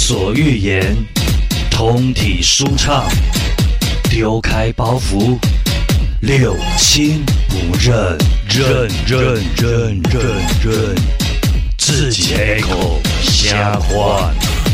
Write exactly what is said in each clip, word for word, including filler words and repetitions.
所欲言，通体舒畅，丢开包袱，六亲不认，认认认认认，自己开口瞎话。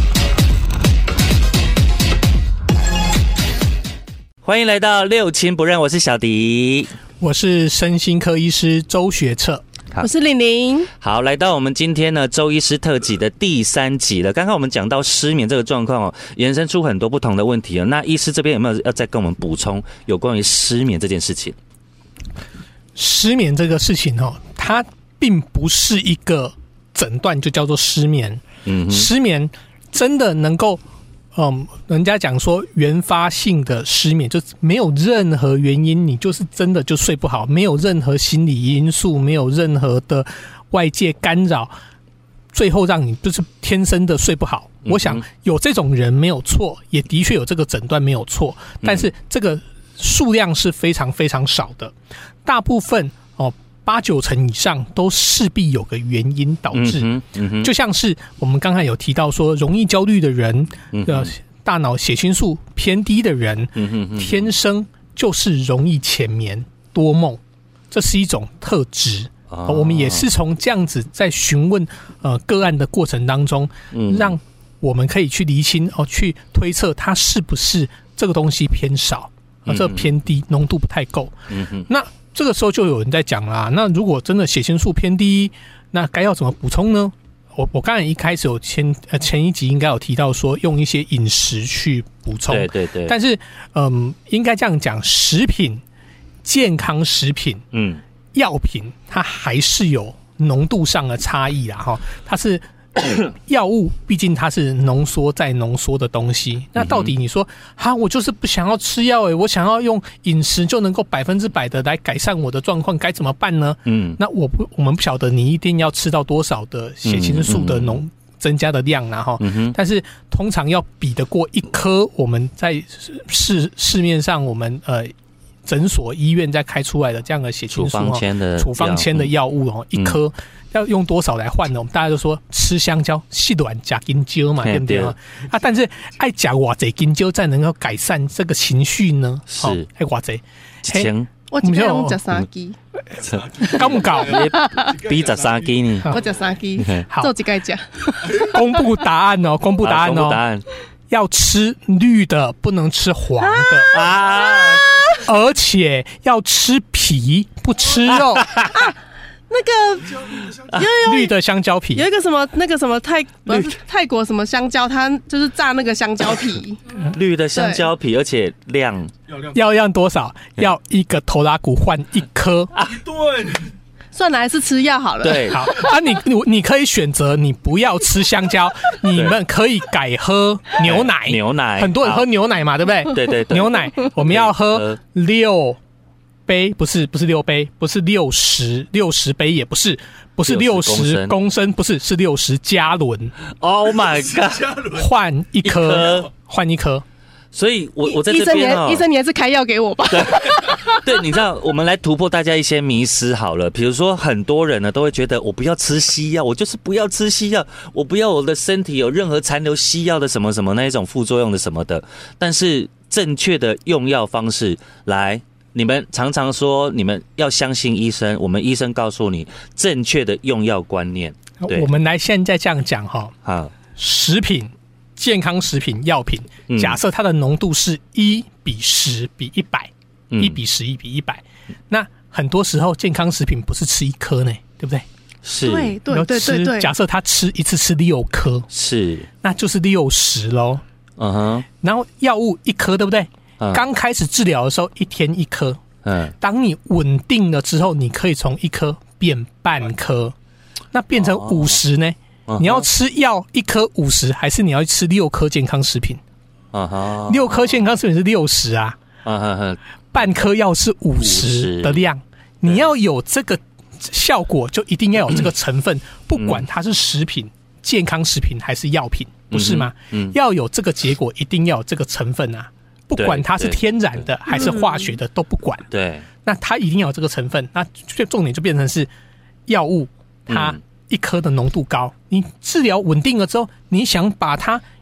欢迎来到六亲不认，我是小迪， 我是身心科医师周学彻， 我是玲玲。 好，来到我们今天呢周医师特辑的第三集了。刚刚我们讲到失眠这个状况哦，延伸出很多不同的问题哦。那医师这边有没有要再跟我们补充有关于失眠这件事情？ 失眠这个事情哦，它并不是一个诊断就叫做失眠。嗯，失眠真的能够。嗯，人家讲说原发性的失眠，就是没有任何原因，你就是真的就睡不好，没有任何心理因素，没有任何的外界干扰，最后让你就是天生的睡不好。嗯、我想有这种人没有错，也的确有这个诊断没有错，但是这个数量是非常非常少的，大部分哦。八九成以上都势必有个原因导致，嗯嗯嗯、就像是我们刚才有提到说，容易焦虑的人，嗯、呃，大脑血清素偏低的人，嗯嗯、天生就是容易浅眠多梦，这是一种特质。哦、我们也是从这样子在询问呃个案的过程当中，嗯、让我们可以去厘清哦，去推测它是不是这个东西偏少，啊，这个偏低，浓度不太够。嗯、那这个时候就有人在讲啦，那如果真的血清素偏低，那该要怎么补充呢？我我刚才一开始有前呃前一集应该有提到说，用一些饮食去补充， 对对对。 但是嗯，应该这样讲，食品、健康食品、嗯，药品，它还是有浓度上的差异啦，哈，它是。药物毕竟它是浓缩再浓缩的东西，那到底你说哈，我就是不想要吃药诶，我想要用饮食就能够百分之百的来改善我的状况，该怎么办呢？嗯，那我不，我们不晓得你一定要吃到多少的血清素的浓增加的量啦，哈、嗯，但是通常要比得过一颗我们在市市面上我们呃。诊所、医院在开出来的这样的血清素、 处方签的处方签的药物哦，一颗要用多少来换呢？我们大家都说吃香蕉，细短加金蕉嘛，对不对啊？啊，但是爱加偌济金蕉才能够改善这个情绪呢？ 是爱偌济？ 嘿，我一天用十三支， 够不够？ 比十三支呢？ 我十三支，好，做几盖吃。 公布答案哦！公布答案哦！ 公布答案， 要吃绿的，不能吃黄的啊！而且要吃皮，不吃肉。啊， 那个有有绿的香蕉皮， 有一个什么那个什么泰不是泰国什么香蕉，它就是炸那个香蕉皮， 绿的香蕉皮，而且量要要多少？要一个头拉骨换一颗， 一顿。 算了，还是吃药好了。 对， 好啊你，你你可以选择，你不要吃香蕉，你们可以改喝牛奶。 牛奶， 很多人喝牛奶嘛，对不对？ 对对对， 牛奶我们要喝六杯，不是不是六杯，不是六十六十杯，也不是不是六十公升，不是是六十加仑。 Oh my god！ 换一颗，换一颗。 所以我，我我在这边哦， 医生，你还是开药给我吧。 对，对，你知道，我们来突破大家一些迷思好了。比如说，很多人呢都会觉得，我不要吃西药，我就是不要吃西药，我不要我的身体有任何残留西药的什么什么那一种副作用的什么的。但是正确的用药方式，来，你们常常说你们要相信医生，我们医生告诉你正确的用药观念。 我们来现在这样讲哈， 好， 食品。健康食品、药品，假设它的浓度是一比十比一百，一比十一比一百，那很多时候健康食品不是吃一颗呢，对不对？ 是， 对对对对对。 假设他吃一次吃六颗， 是， 那就是六十喽。 嗯哼。 然后药物一颗，对不对？刚、嗯、开始治疗的时候，一天一颗。嗯。当你稳定了之后，你可以从一颗变半颗，那变成五十呢？哦，你要吃药一颗五十，还是你要吃六颗健康食品？啊哈，六颗健康食品是六十啊，啊哈哈，半颗药是五十的量，你要有这个效果，就一定要有这个成分，不管它是食品、健康食品还是药品，不是吗？嗯，要有这个结果，一定要有这个成分啊，不管它是天然的还是化学的都不管。 对， 那它一定要有这个成分，那重点就变成是药物它。一颗的浓度高，你治疗稳定了之后，你想把它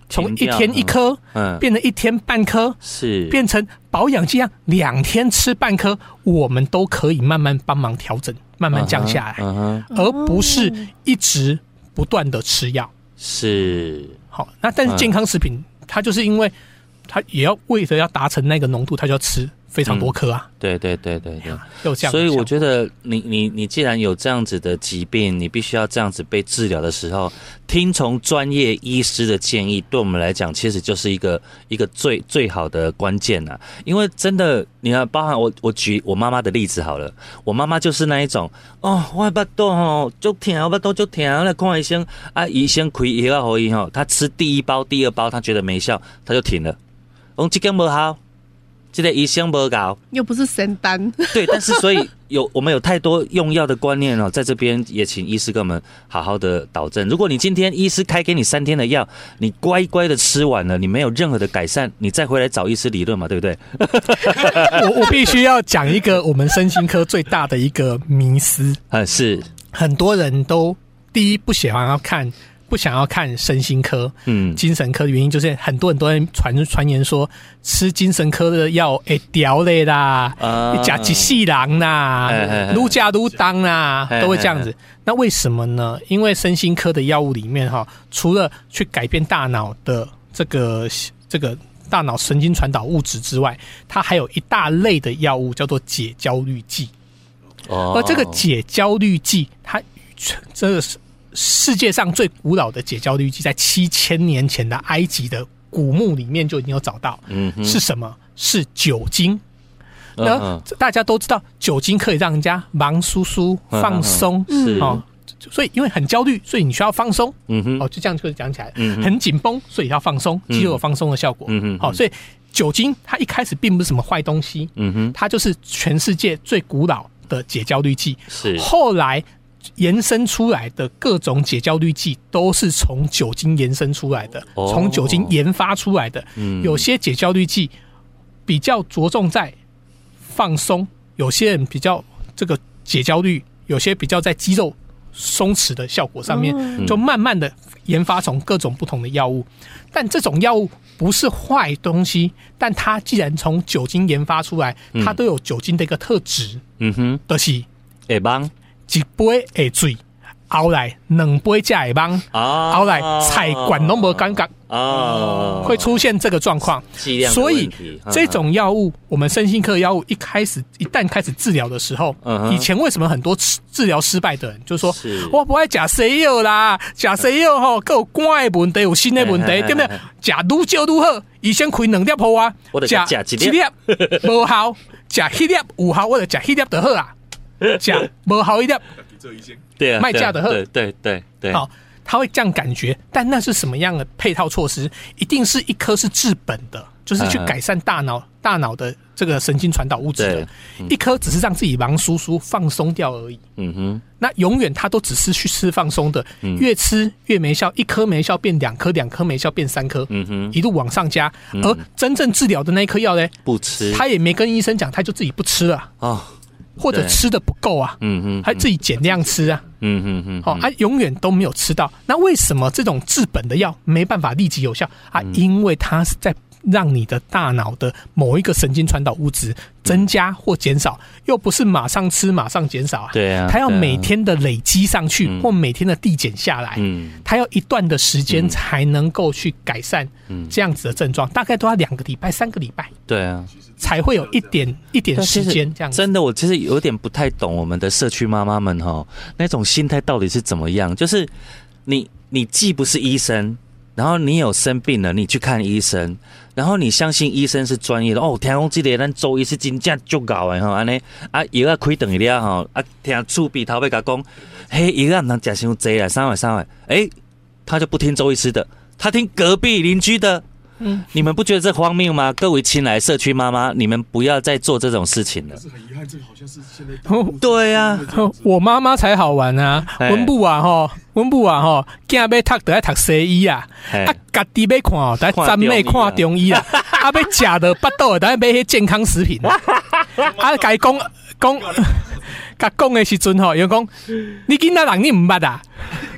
从一天一颗，嗯，变成一天半颗， 是变成保养剂样两天吃半颗，我们都可以慢慢帮忙调整，慢慢降下来，嗯、而不是一直不断的吃药。是，好，那但是健康食品、嗯、它就是因为它也要为了要达成那个浓度，它就要吃非常多颗啊。嗯、 对对对对对， 有这样。 所以我觉得你你你既然有这样子的疾病，你必须要这样子被治疗的时候，听从专业医师的建议，对我们来讲，其实就是一个一个最最好的关键啊。因为真的，你看，包含我我举我妈妈的例子好了，我妈妈就是那一种哦，我的巴肚吼就痛，我巴肚就痛，来看医生啊，医生开药给伊吼，她吃第一包、第二包，她觉得没效，她就停了。我这个不好。这个医生不搞， 又不是神丹。 对，但是所以有我们有太多用药的观念哦，在这边也请医师跟我们好好的导正。如果你今天医师开给你三天的药，你乖乖的吃完了，你没有任何的改善，你再回来找医师理论嘛，对不对？ 我我必须要讲一个我们身心科最大的一个迷思啊，是很多人都第一不喜欢要看。不想要看身心科、嗯，精神科的原因就是很多人都在传传言说吃精神科的药会掉嘞啦，假一世人啦，愈加愈当啦，都会这样子。那为什么呢？因为身心科的药物里面哈，除了去改变大脑的这个这个大脑神经传导物质之外，它还有一大类的药物叫做解焦虑剂。哦，而这个解焦虑剂，它这个是。世界上最古老的解焦虑剂，在七千年前的埃及的古墓里面就已经有找到，嗯，是什么？是酒精。那、嗯、大家都知道，酒精可以让人家忙舒舒、放松，嗯、哦，所以因为很焦虑，所以你需要放松，嗯哼，哦，就这样就讲起来，嗯，很紧绷，所以要放松，肌肉有放松的效果，嗯哼，好、哦，所以酒精它一开始并不是什么坏东西，嗯哼，它就是全世界最古老的解焦虑剂，是后来。延伸出来的各种解焦虑剂都是从酒精延伸出来的，从、哦、酒精研发出来的、嗯。有些解焦虑剂比较着重在放松，有些人比较这个解焦虑，有些比较在肌肉松弛的效果上面，嗯、就慢慢的研发从各种不同的药物。但这种药物不是坏东西，但它既然从酒精研发出来，它都有酒精的一个特质，嗯哼，就是会帮。一杯会醉，后来两杯才会懵，啊、后来菜管都没感觉，啊、会出现这个状况。所以这种药物，我们身心科药物一开始一旦开始治疗的时候，嗯、以前为什么很多治疗失败的人就说，我不爱吃西药啦，吃西药吼，各有肝的问题，有心的问题，对不对？吃愈少愈好，医生开两粒给我，吃一粒无效，吃一粒有效，我就吃一粒就好啦。讲不好一点，对啊，卖价的对对对对， 好，他会这样感觉，但那是什么样的配套措施？一定是一颗是治本的，就是去改善大脑、嗯、大脑的这个神经传导物质的，嗯、一颗只是让自己忙舒舒放松掉而已。嗯哼，那永远他都只是去吃放松的，嗯、越吃越没效，一颗没效变两颗，两颗没效变三颗，嗯哼，一路往上加。嗯、而真正治疗的那一颗药呢， 不吃， 他也没跟医生讲，他就自己不吃了啊。哦，或者吃的不够啊，嗯哼，还自己减量吃啊，嗯哼哼，好、哦，啊，永远都没有吃到。那为什么这种治本的药没办法立即有效啊？嗯、因为它是在让你的大脑的某一个神经传导物质增加或减少，又不是马上吃马上减少啊。 对啊， 它要每天的累积上去，嗯、或每天的递减下来，嗯，它要一段的时间才能够去改善这样子的症状，大概都要两个礼拜、三个礼拜。 对啊。 才会有一点一点时间这样子。 真的，我其实有点不太懂我们的社区妈妈们哈，那种心态到底是怎么样？就是你你既不是医生，然后你有生病了，你去看医生，然后你相信医生是专业的哦。听讲这个咱周医师真正足够的哈，安尼啊药啊开等一了哈，啊听厝边头尾甲讲，嘿药啊唔能食伤济啦，三位三位，哎，他就不听周医师的，他听隔壁邻居的。嗯，你们不觉得这荒谬吗？各位亲来社区妈妈，你们不要再做这种事情了。可是很遗憾，这个好像是现在、哦、对啊， 我妈妈才好玩啊！温布啊吼，温布啊吼，囝要读就要读西医啊，啊，家己要看哦，得专门看中医啊，啊，要食的巴肚的，得买些健康食品。啊，甲伊讲讲，甲讲的时阵吼，伊讲你囡仔人你唔捌啊？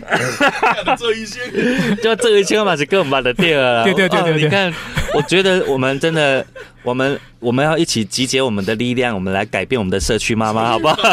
这一些， 就这一千嘛是更慢的第二了。 对对对对对， 你看，我觉得我们真的，我们我们要一起集结我们的力量，我们来改变我们的社区妈妈，好不好？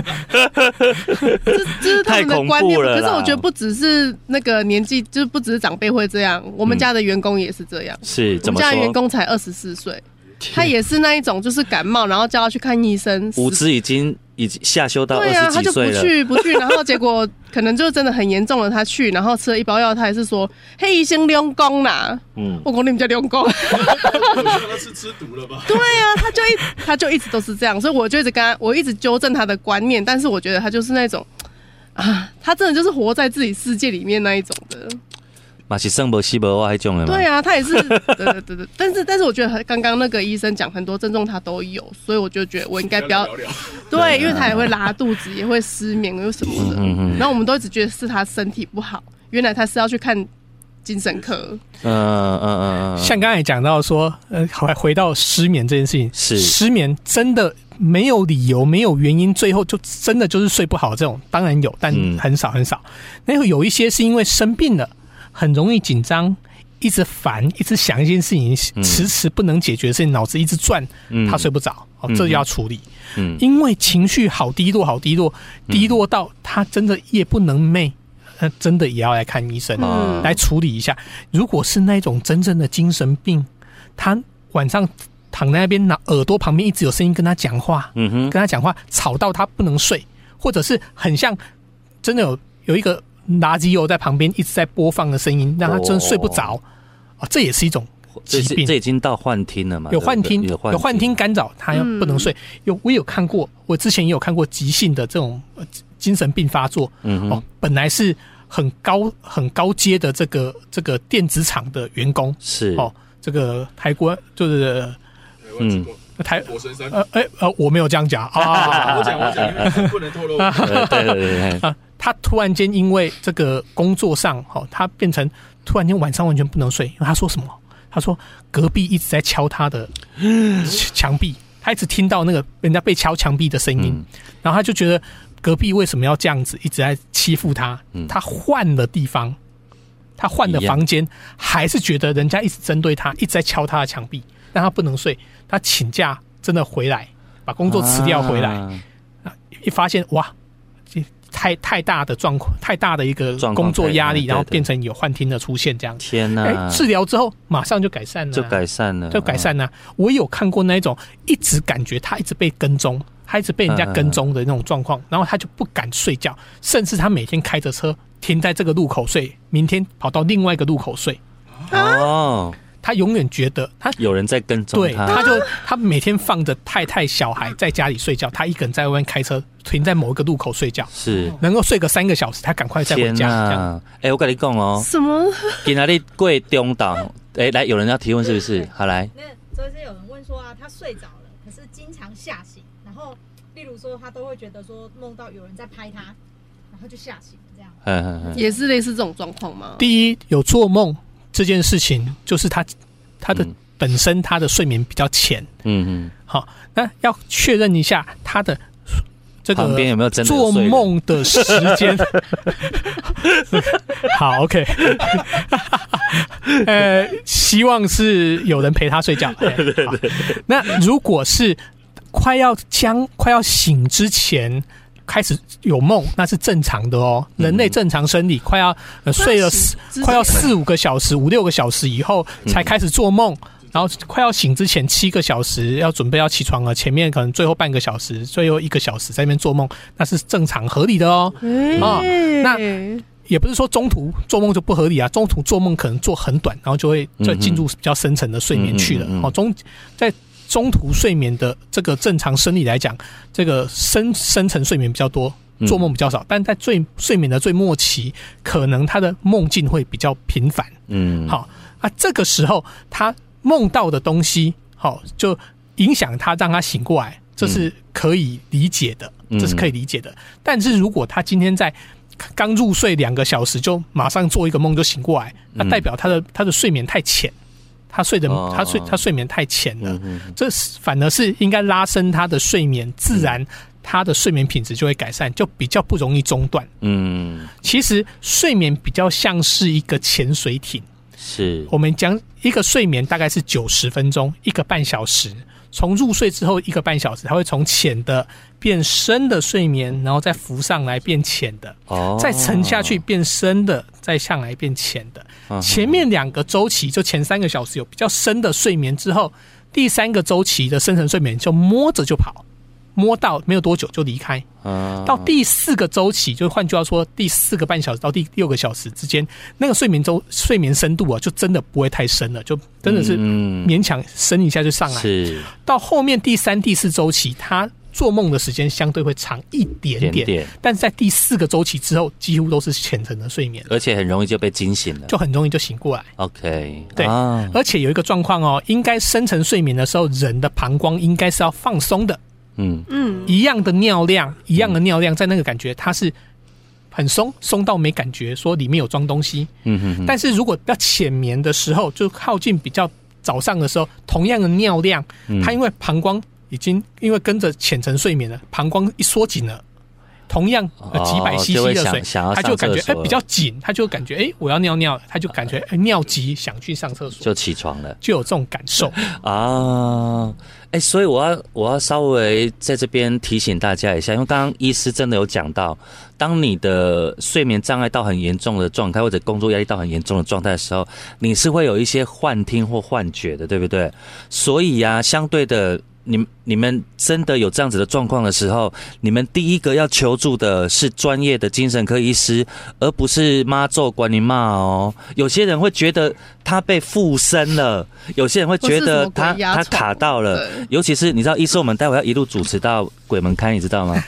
这这是他们的观念， 太恐怖了啦可是我觉得不只是那个年纪，就是不只是长辈会这样，我们家的员工也是这样。 是怎么我们家的员说？ 工才二十四岁，他也是那一种，就是感冒，然后叫他去看医生， 五肢已经已经下修到二对啊，他就不十几岁了。 去不去，然后结果可能就真的很严重了，他去，然后吃了一包药，他还是说，嘿，医生用功啦， 嗯， 我讲你们家用功。 我觉得他是吃毒了吧？ 对啊，他就一他就一直都是这样，所以我就一直跟他，我一直纠正他的观念，但是我觉得他就是那种啊，他真的就是活在自己世界里面那一种的。 嘛是生不死不我那种的嘛。 对啊，他也是，对对对对，但是但是我觉得刚刚那个医生讲很多症状他都有，所以我就觉得我应该不要， 聊聊对，因为他也会拉肚子，也会失眠，又什么的， 嗯嗯然后我们都一直觉得是他身体不好，原来他是要去看精神科。 嗯嗯嗯嗯， 像刚才讲到说，呃，回回到失眠这件事情， 是失眠真的没有理由、没有原因，最后就真的就是睡不好这种，当然有，但嗯很少很少。那有一些是因为生病了，很容易紧张，一直烦，一直想一件事情， 嗯迟迟不能解决的事情，脑子一直转， 嗯他睡不着，哦，这就要处理。 嗯因为情绪好低落，好低落，低落到他真的夜不能寐，那真的也要来看医生， 嗯来处理一下。如果是那种真正的精神病，他晚上躺在那边，耳朵旁边一直有声音跟他讲话， 嗯哼， 跟他讲话吵到他不能睡，或者是很像真的有有一个垃圾油在旁边一直在播放的声音，让他真的睡不着啊、这也是一种这疾病。 是这已经到幻听了嘛？ 有幻听， 对不对有幻听干扰，他要不能睡。有我有看过，我之前也有看过急性的这种呃精神病发作。 嗯哼哦，本来是很高很高阶的这个这个电子厂的员工， 是哦，这个台国就是台湾之光台火神山， 呃哎呃，我没有这样讲啊， 我讲我讲，因为不能透露。 对对对对对， 啊，他突然间因为这个工作上，哦，他变成突然间晚上完全不能睡，因为他说什么？他说隔壁一直在敲他的墙壁，他一直听到那个人家被敲墙壁的声音， 嗯然后他就觉得隔壁为什么要这样子，一直在欺负他？ 嗯他换了地方，他换的房间，还是觉得人家一直针对他，一直在敲他的墙壁，让他不能睡。他请假真的回来，把工作辞掉回来， 啊一发现哇，太太大的状况，太大的一个状况工作压力， 太然后对对变成有幻听的出现这样子。 天哪、 哎，治疗之后马上就改善了， 就改善了， 就改善了。我有看过那一种一直感觉他一直被跟踪，他一直被人家跟踪的那种状况，然后他就不敢睡觉，甚至他每天开着车停在这个路口睡，明天跑到另外一个路口睡。 哦， 他永远觉得他有人在跟踪对， 他， 他就他每天放着太太小孩在家里睡觉，他一个人在外面开车停在某一个路口睡觉， 是能够睡个三个小时，他赶快再回天家。这样哪！哎、我跟你讲哦， 什么？ 今天你过中岛，哎、来，有人要提问是不是？好来， 那昨天有人问说啊，他睡着了，可是经常吓醒，然后例如说他都会觉得说梦到有人在拍他，然后就吓醒这样。 嗯嗯嗯， 也是类似这种状况吗？ 第一，有做梦这件事情，就是他他的嗯本身他的睡眠比较浅。 嗯嗯， 好，那要确认一下他的这个旁边有没有真的有做睡人梦的时间。好 ，OK， 呃，希望是有人陪他睡觉。对对对。那如果是快要将快要醒之前开始有梦，那是正常的哦。人类正常生理快要、呃、睡了四之前快要四五个小时、五六个小时以后才开始做梦。然后快要醒之前七个小时要准备要起床了，前面可能最后半个小时、最后一个小时在那边做梦，那是正常合理的哦。 哎哦那也不是说中途做梦就不合理啊，中途做梦可能做很短，然后就会就进入比较深层的睡眠去了。 嗯嗯嗯嗯哦，中在中途睡眠的这个正常生理来讲，这个深深层睡眠比较多，做梦比较少，但在最睡眠的最末期，可能他的梦境会比较频繁。 嗯， 好啊，这个时候他梦到的东西，好就影响他，让他醒过来，这是可以理解的， 嗯这是可以理解的。但是如果他今天在刚入睡两个小时就马上做一个梦就醒过来，那代表他的他的睡眠太浅，他睡的哦他睡他睡眠太浅了， 嗯嗯这反而是应该拉伸他的睡眠，自然他的睡眠品质就会改善，就比较不容易中断。嗯，其实睡眠比较像是一个潜水艇， 是我们讲一个睡眠大概是九十分钟，一个半小时。从入睡之后一个半小时，它会从浅的变深的睡眠，然后再浮上来变浅的，哦，再沉下去变深的，再上来变浅的。哦，前面两个周期就前三个小时有比较深的睡眠之后，第三个周期的深层睡眠就摸着就跑，摸到没有多久就离开。哦，到第四个周期，就换句话说，第四个半小时到第六个小时之间，那个睡眠周睡眠深度啊，就真的不会太深了，就真的是勉强深一下就上来。是到后面第三、第四周期，它做梦的时间相对会长一点点，点点但是在第四个周期之后，几乎都是浅层的睡眠， 而且很容易就被惊醒了， 就很容易就醒过来。 OK， 对，啊，而且有一个状况哦，应该深层睡眠的时候，人的膀胱应该是要放松的。嗯嗯，一样的尿量，一样的尿量，在那个感觉它是很松，松到没感觉，说里面有装东西。嗯哼哼。但是如果比较浅眠的时候，就靠近比较早上的时候，同样的尿量，嗯，它因为膀胱已经因为跟着浅层睡眠了，膀胱一缩紧了。同样呃几百 C C 的水，哦，他就感觉哎，欸，比较紧，他就感觉哎，欸，我要尿尿，他就感觉，欸，尿急，想去上厕所， 就起床了， 就有这种感受啊。哎，欸，所以我要我要稍微在这边提醒大家一下，因为刚刚医师真的有讲到，当你的睡眠障碍到很严重的状态，或者工作压力到很严重的状态的时候，你是会有一些幻听或幻觉的，对不对？所以啊，相对的。你你们真的有这样子的状况的时候，你们第一个要求助的是专业的精神科医师，而不是妈咒管你骂哦。有些人会觉得他被附身了，有些人会觉得他他卡到了，尤其是你知道，医师我们待会要一路主持到鬼门开，你知道吗？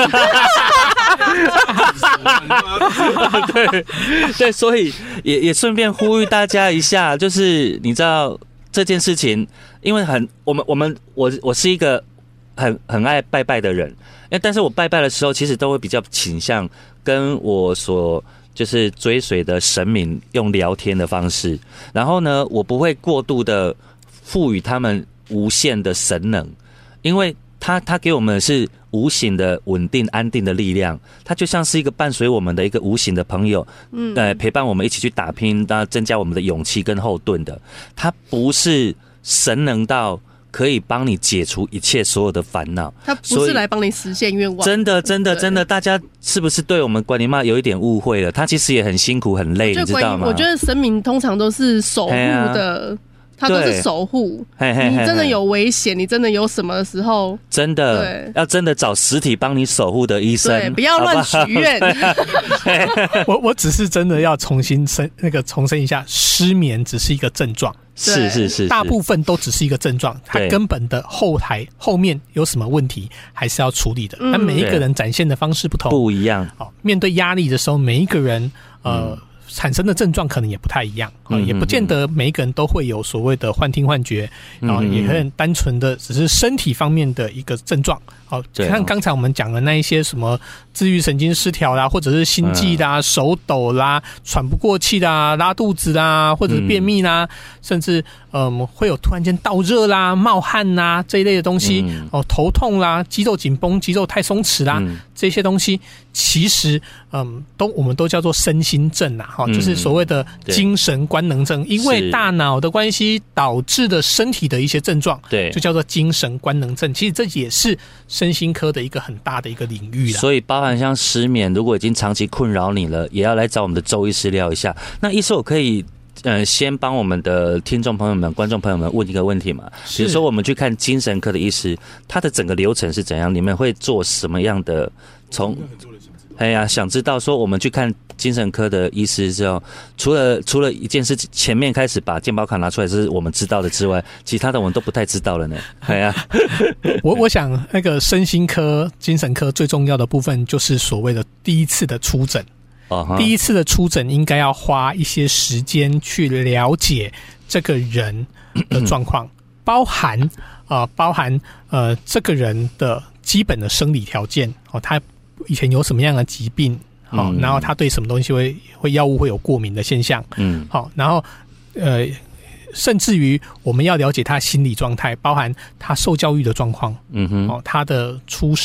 对对，所以也也顺便呼吁大家一下，就是你知道。这件事情，因为很我们我们我我是一个很很爱拜拜的人，但是我拜拜的时候，其实都会比较倾向跟我所就是追随的神明用聊天的方式，然后呢，我不会过度的赋予他们无限的神能，因为他他给我们的是无形的稳定安定的力量，它就像是一个伴随我们的一个无形的朋友，嗯，呃，陪伴我们一起去打拼，那增加我们的勇气跟后盾的。它不是神能到可以帮你解除一切所有的烦恼， 它不是来帮你实现愿望。 真的，真的，真的，大家是不是对我们管理妈有一点误会了？他其实也很辛苦很累，你知道吗？ 我觉得神明通常都是守护的。他都是守护，你真的有危险，你真的有什么的时候， 真的要真的找实体帮你守护的医生， 对，不要乱许愿。 我我只是真的要重新申那个重申一下，失眠只是一个症状， 是是 是, 是， 大部分都只是一个症状，它根本的后台后面有什么问题还是要处理的。但每一个人展现的方式不同， 不一样。 好，面对压力的时候，每一个人呃。嗯产生的症状可能也不太一样，嗯、也不见得每一个人都会有所谓的幻听幻觉，嗯、然后也很单纯的只是身体方面的一个症状。好，像刚才我们讲的那一些什么自律神经失调啦，或者是心悸啦、嗯、手抖啦、喘不过气啦、拉肚子啦，或者是便秘啦，嗯、甚至嗯会有突然间盗热啦、冒汗啦这一类的东西，嗯、哦头痛啦、肌肉紧绷、肌肉太松弛啦，嗯、这些东西其实嗯都我们都叫做身心症啦，哈、嗯，就是所谓的精神官能症，因为大脑的关系导致的身体的一些症状，对，就叫做精神官能症。其实这也是身心科的一个很大的一个领域啦。 所以包含像失眠，如果已经长期困扰你了，也要来找我们的周医师聊一下。那医师，我可以呃先帮我们的听众朋友们、观众朋友们问一个问题嘛？比如说我们去看精神科的医师，他的整个流程是怎样？你们会做什么样的从？哎呀，想知道说我们去看精神科的医师之后，除了除了一件事，前面开始把健保卡拿出来是我们知道的之外，其他的我们都不太知道了呢。哎呀， 我我想那个身心科、精神科最重要的部分就是所谓的第一次的初诊。Uh-huh. 第一次的初诊应该要花一些时间去了解这个人的状况，包含啊、呃，包含呃这个人的基本的生理条件哦，他以前有什么样的疾病，好、嗯，然后他对什么东西会会药物会有过敏的现象，嗯，好，然后呃，甚至于我们要了解他心理状态，包含他受教育的状况，嗯哼，哦，他的出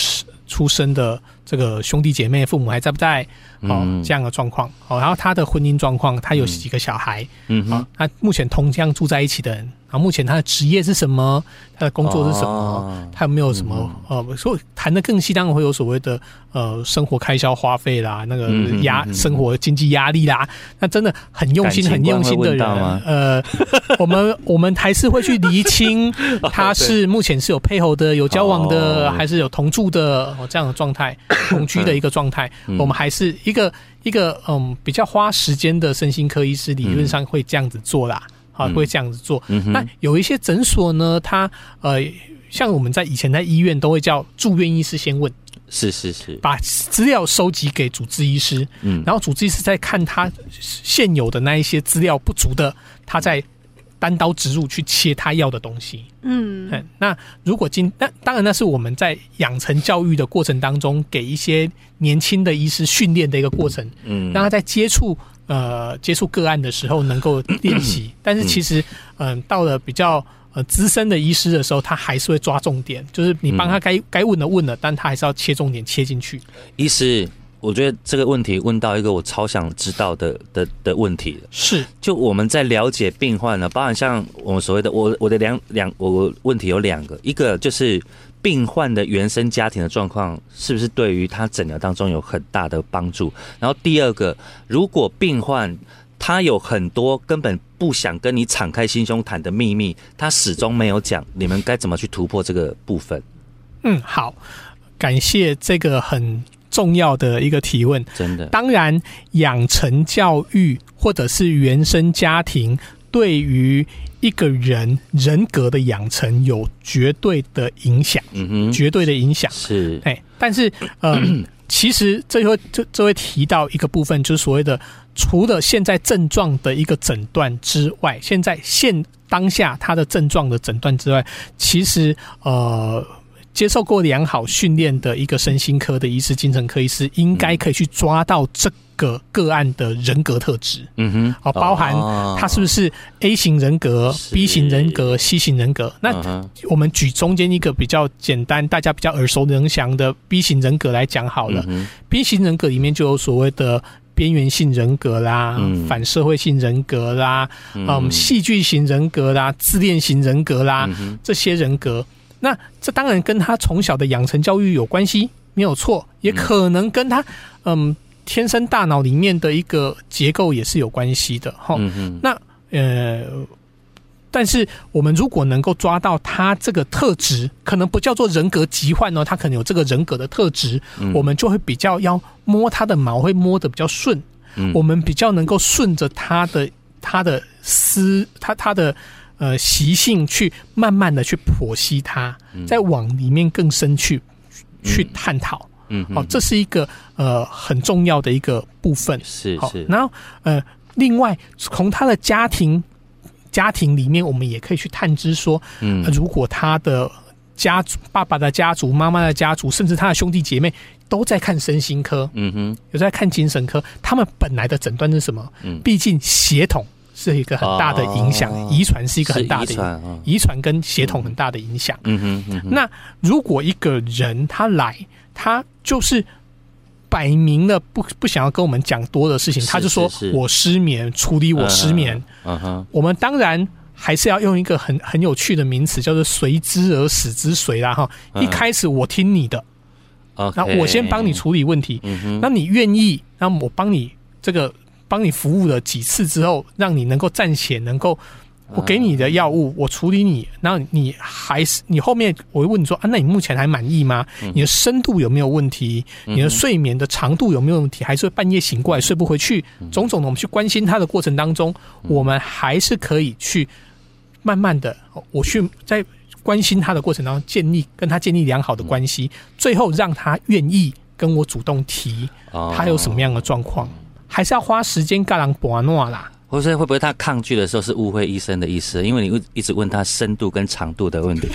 出生的这个兄弟姐妹，父母还在不在？哦， 嗯这样的状况。哦，然后他的婚姻状况，他有几个小孩？ 嗯哼， 啊，他目前同样住在一起的人，然后目前他的职业是什么？他的工作是什么？ 哦他有没有什么、 嗯、 呃？所以谈得更细，当然会有所谓的呃生活开销花费啦，那个压、 嗯嗯嗯、 生活经济压力啦。那真的很用心、很用心的人，呃，我们我们还是会去厘清他是目前是有配偶的、有交往的， 哦、 还是有同住的、哦、这样的状态，同居的一个状态。嗯、我们还是一个一个嗯比较花时间的身心科医师，理论上会这样子做啦。啊，会这样子做。嗯、那有一些诊所呢，它呃，像我们在以前在医院都会叫住院医师先问， 是是是， 把资料收集给主治医师，嗯，然后主治医师在看他现有的那一些资料不足的，他再单刀直入去切他要的东西。嗯，嗯那如果今那当然那是我们在养成教育的过程当中，给一些年轻的医师训练的一个过程，嗯，让他在接触。呃，接触个案的时候能够练习，但是其实，嗯、呃，到了比较呃资深的医师的时候，他还是会抓重点，就是你帮他该该问的问了，但他还是要切重点切进去。 医师，我觉得这个问题问到一个我超想知道的的的问题了， 是就我们在了解病患呢，包含像我们所谓的我我的两两我问题有两个，一个就是病患的原生家庭的状况是不是对于他诊疗当中有很大的帮助？然后第二个，如果病患他有很多根本不想跟你敞开心胸谈的秘密，他始终没有讲，你们该怎么去突破这个部分？ 嗯，好，感谢这个很重要的一个提问。 真的， 当然，养成教育或者是原生家庭对于一个人人格的养成有绝对的影响，嗯哼，绝对的影响是， 哎，但是呃，其实这会这这会提到一个部分，就是所谓的除了现在症状的一个诊断之外，现在现当下他的症状的诊断之外，其实呃。接受过良好训练的一个身心科的医师、精神科医师，应该可以去抓到这个个案的人格特质。嗯哼，好，包含他是不是 A 型人格、B 型人格、C 型人格。那我们举中间一个比较简单、大家比较耳熟能详的 B 型人格来讲好了。嗯、B 型人格里面就有所谓的边缘性人格啦、嗯、反社会性人格啦、嗯，戏剧型人格啦、自恋型人格啦，嗯、这些人格。那这当然跟他从小的养成教育有关系，没有错，也可能跟他嗯天生大脑里面的一个结构也是有关系的哈。嗯、那呃，但是我们如果能够抓到他这个特质，可能不叫做人格疾患哦，他可能有这个人格的特质，嗯、我们就会比较要摸他的毛会摸得比较顺，嗯、我们比较能够顺着他的他的思他他的。呃，习性去慢慢的去剖析它，嗯、再往里面更深去、嗯、去探讨，嗯，好、哦，这是一个呃很重要的一个部分， 是是。 然后呃，另外从他的家庭家庭里面，我们也可以去探知说，嗯、呃，如果他的家族、爸爸的家族、妈妈的家族，甚至他的兄弟姐妹都在看身心科，嗯哼，有在看精神科，他们本来的诊断是什么？嗯，毕竟血统。是一个很大的影响，遗传、哦、是一个很大的遗传、哦、跟血统很大的影响。嗯哼嗯哼。那如果一个人他来，他就是摆明了不不想要跟我们讲多的事情，他就说我失眠，处理我失眠。嗯哼。我们当然还是要用一个很很有趣的名词，叫做随之而死之随啦哈。嗯、一开始我听你的，那、okay, 我先帮你处理问题。嗯哼。那你愿意，那我帮你这个。帮你服务了几次之后，让你能够暂且能够，我给你的药物，我处理你，然后你还是你后面我会问你说啊，那你目前还满意吗？嗯、你的深度有没有问题？嗯、你的睡眠的长度有没有问题？还是会半夜醒过来睡不回去？嗯、种种的，我们去关心他的过程当中，嗯、我们还是可以去慢慢的，我去在关心他的过程当中建立跟他建立良好的关系，嗯、最后让他愿意跟我主动提他有什么样的状况。还是要花时间跟人博诺啦， 或是会不会他抗拒的时候是误会医生的意思？因为你一直问他深度跟长度的问题。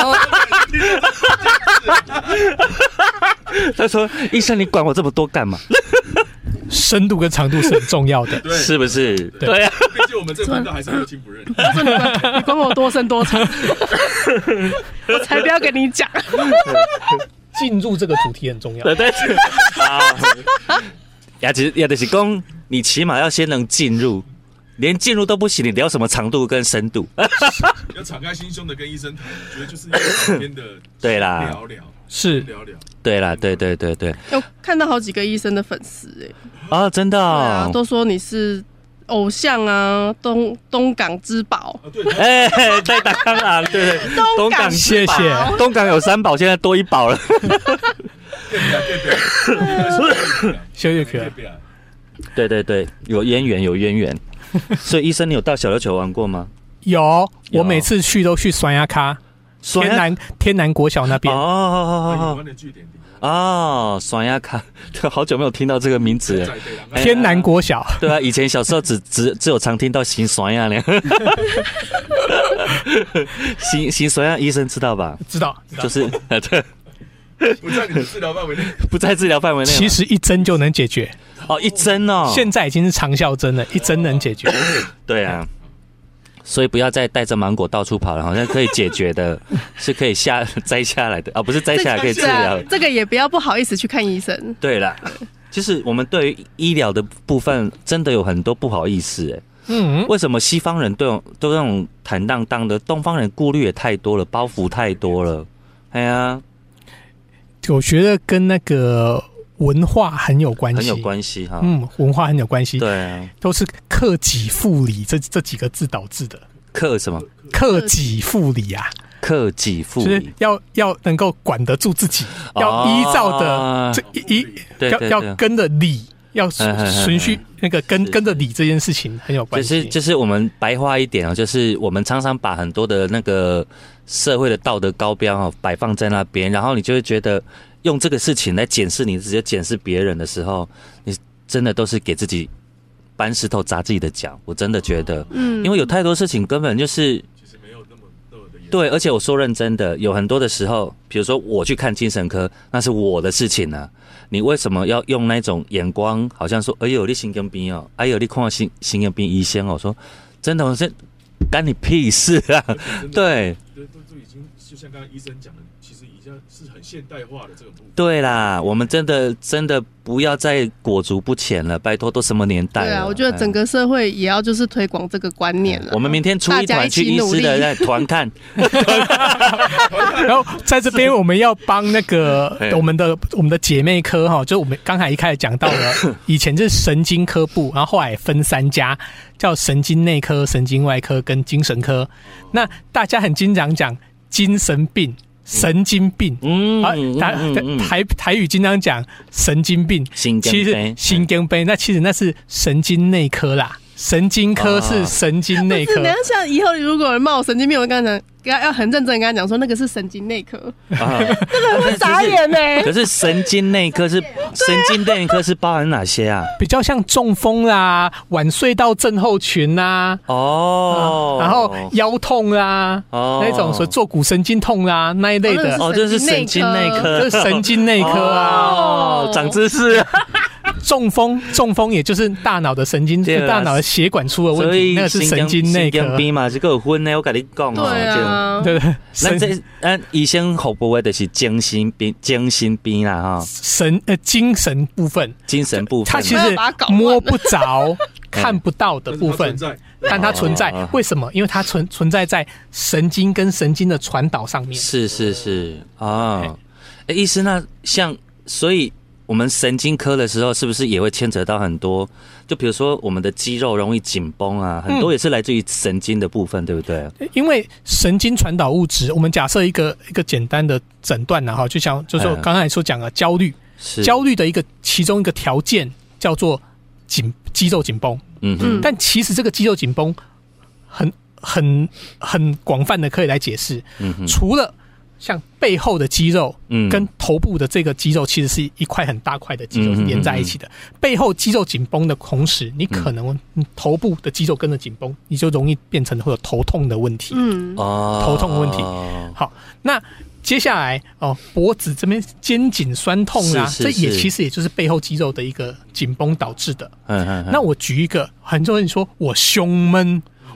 他说：“医生，你管我这么多干嘛？” 深度跟长度是很重要的， 是不是？对啊， 毕竟我们这个频道还是六亲不认。 他说：“你管你管我多深多长，我才不要跟你讲。” 进入这个主题很重要。 对对啊，也其实也就是讲，你起码要先能进入。连进入都不行，你聊什么长度跟深度？ 要敞开心胸的跟医生谈，我觉得就是要天的对啦聊聊， 是聊聊， 对啦，对对对对。 有看到好几个医生的粉丝哎、 啊，真的、哦， 对啊，都说你是偶像啊，东东港之宝。 啊对， 哎、欸，对，当然，对对， 东港谢谢。 东港有三宝，现在多一宝了。 谢谢可爱。 对对对，有渊源，有渊源。所以医生，你有到小琉球玩过吗？ 有，我每次去都去酸鸭咖，天南天南国小那边。 哦哦有关的据点哦，酸鸭咖，好久没有听到这个名字了。 天南国小， 对啊，以前小时候只只只有常听到新酸鸭呢。新新酸鸭医生知道吧？ 知道， 就是对。 不在你的治疗范围内， 不在治疗范围内。 其实一针就能解决。 哦，一针哦， 现在已经是长效针了，一针能解决。 对啊，所以不要再带着芒果到处跑了，好像可以解决的，是可以下摘下来的啊，不是摘下来可以治疗、 啊。这个也不要不好意思去看医生。 对啦，其实我们对于医疗的部分真的有很多不好意思哎。嗯，为什么西方人都都那种坦荡荡的，东方人顾虑也太多了，包袱太多了。哎呀， 我觉得跟那个文化很有关系， 很有关系哈。 嗯，文化很有关系。 对啊， 都是克己复礼这这几个字导致的。 克什么？ 克己复礼啊。 克己复礼， 就是要要能够管得住自己，哦、要依照的这一对对对要要跟着礼，要顺序那个跟跟着礼这件事情很有关系。 就是就是我们白话一点啊，就是我们常常把很多的那个社会的道德高标啊摆放在那边，然后你就会觉得用这个事情来检视你，直接检视别人的时候，你真的都是给自己搬石头砸自己的脚。我真的觉得，嗯，因为有太多事情根本就是。对，而且我说认真的，有很多的时候，比如说我去看精神科，那是我的事情啊。你为什么要用那种眼光，好像说，哎呦，你神经病哦，哎呦，你看神神经病医生哦，说真的，我说干你屁事啊！对， 都都已经就像刚刚医生讲的，其实已经是很现代化的这个部分。 对啦，我们真的真的不要再裹足不前了，拜托，都什么年代了？ 对啊，我觉得整个社会也要就是推广这个观念了。 我们明天出一团去医师的在团看， 然后在这边我们要帮那个我们的我们的姐妹科哈，就我们刚才一开始讲到了，以前是神经科部，然后后来分三家，叫神经内科、神经外科跟精神科。那大家很经常讲精神病。神经病，嗯，啊、台台台语经常讲神经病，其实心经病，那其实那是神经内科啦，神经科是神经内科。 不是，等一下以后如果有人骂我神经病，我跟他讲，跟他要很认真的跟他讲说，那个是神经内科，啊、那个会傻眼呢、欸。 可是神经内科是神经内科是包含哪些啊？ 比较像中风啦、晚睡到症候群啦，哦、啊，然后腰痛啦，哦，那种所以坐骨神经痛啦那一类的， 哦，这是神经内科， 这是神经内科啊， 哦，长知识啊。 中风，中风也就是大脑的神经，大脑的血管出了问题，那个是神经内科。 神经病嘛，这个有分呢，我跟你讲哦。对啊， 对对。 那这咱医生服务的就是精神病，精神病啦哈。 神呃精神部分， 精神部分， 它其实摸不着、看不到的部分，但它存在。为什么？因为它存存在在神经跟神经的传导上面。 是是是啊，哎，医师，那像所以。我们神经科的时候，是不是也会牵扯到很多？就比如说，我们的肌肉容易紧绷啊，很多也是来自于神经的部分，嗯、对不对？ 因为神经传导物质，我们假设一个一个简单的诊断呢，哈，就像就是我刚才所讲的焦虑，嗯、焦虑的一个其中一个条件叫做紧肌肉紧绷。嗯哼，但其实这个肌肉紧绷很很很广泛的可以来解释，嗯哼，除了像背后的肌肉跟头部的这个肌肉其实是一块很大块的肌肉连在一起的，背后肌肉紧绷的同时，你可能头部的肌肉跟着紧绷，你就容易变成会有头痛的问题。嗯，头痛的问题。好，那接下来哦，脖子这边肩颈酸痛啊， 是是是， 这也其实也就是背后肌肉的一个紧绷导致的。嗯嗯。那我举一个，很多人说我胸闷。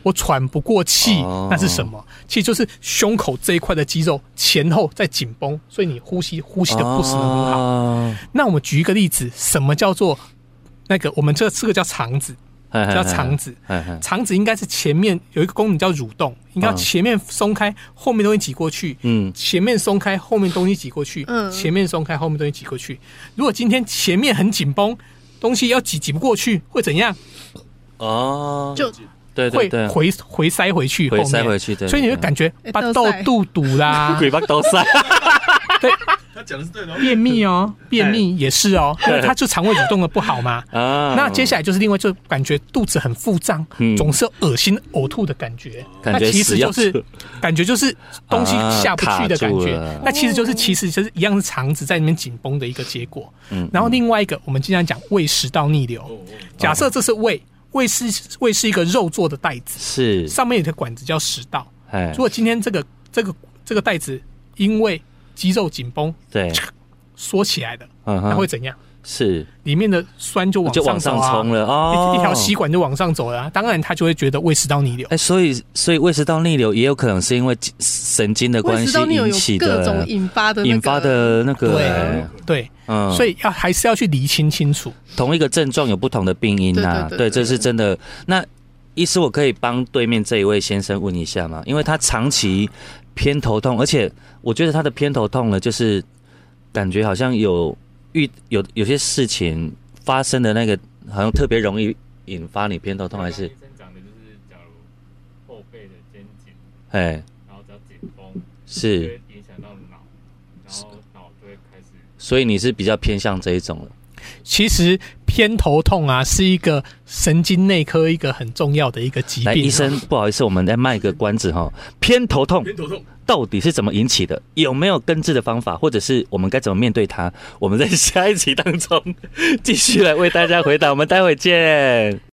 我喘不过气， 哦那是什么？其实就是胸口这一块的肌肉前后在紧绷，所以你呼吸呼吸的不是很好。 哦那我们举一个例子，什么叫做那个？我们这这个叫肠子，叫肠子。 嘿嘿肠子应该是前面有一个功能叫蠕动，应该前面松开，后面东西挤过去。 嗯前面松开，后面东西挤过去。 嗯前面松开，后面东西挤过去。如果今天前面很紧绷，东西要挤挤不过去，会怎样？ 哦， 就会对对对， 回回塞回去后回面， 塞回去，对， 所以你就感觉哎把豆都塞肚堵啦， 鬼把都塞， 他讲的是对的哦。 便秘哦，便秘也是哦，因为它就肠胃蠕动的不好嘛。 啊那接下来就是另外就感觉肚子很腹胀， 嗯总是有恶心屎吐的感觉， 感觉那其实就死要是感觉就是东西下不去的感觉啊卡住了， 那其实就是其实就是一样是肠子在里面紧绷的一个结果。 嗯然后另外一个我们经常讲胃食道逆流，假设这是胃，胃是胃是一个肉做的袋子， 是， 上面有条管子叫食道。 哎如，果今天这个这个这个袋子因为肌肉紧绷对， 缩起来的， 嗯哼那会怎样？ 是里面的酸就往就往上上走啊冲了哦， 一一条吸管就往上走了、啊，当然他就会觉得胃食道逆流。 哎，所以所以胃食道逆流也有可能是因为神经的关系胃食道逆流引起有各种的， 引发的那个引发的那个， 对哎对， 嗯， 所以要还是要去厘清清楚。 同一个症状有不同的病因呐、 对对对对这是真的。那医师，我可以帮对面这一位先生问一下吗？因为他长期偏头痛，而且我觉得他的偏头痛呢，就是感觉好像有遇有有些事情发生的那个，好像特别容易引发你偏头痛，还是医生讲的就是，假如后背的肩颈， 哎然后只要紧绷，就是， 会影响到脑，然后脑就会开始。 所以你是比较偏向这一种了。 其实偏头痛啊，是一个神经内科一个很重要的一个疾来， 病。 医生，不好意思，我们再卖个关子哈。偏头痛偏头痛， 到底是怎么引起的？有没有根治的方法，或者是我们该怎么面对它？我们在下一集当中继续来为大家回答。我们待会见。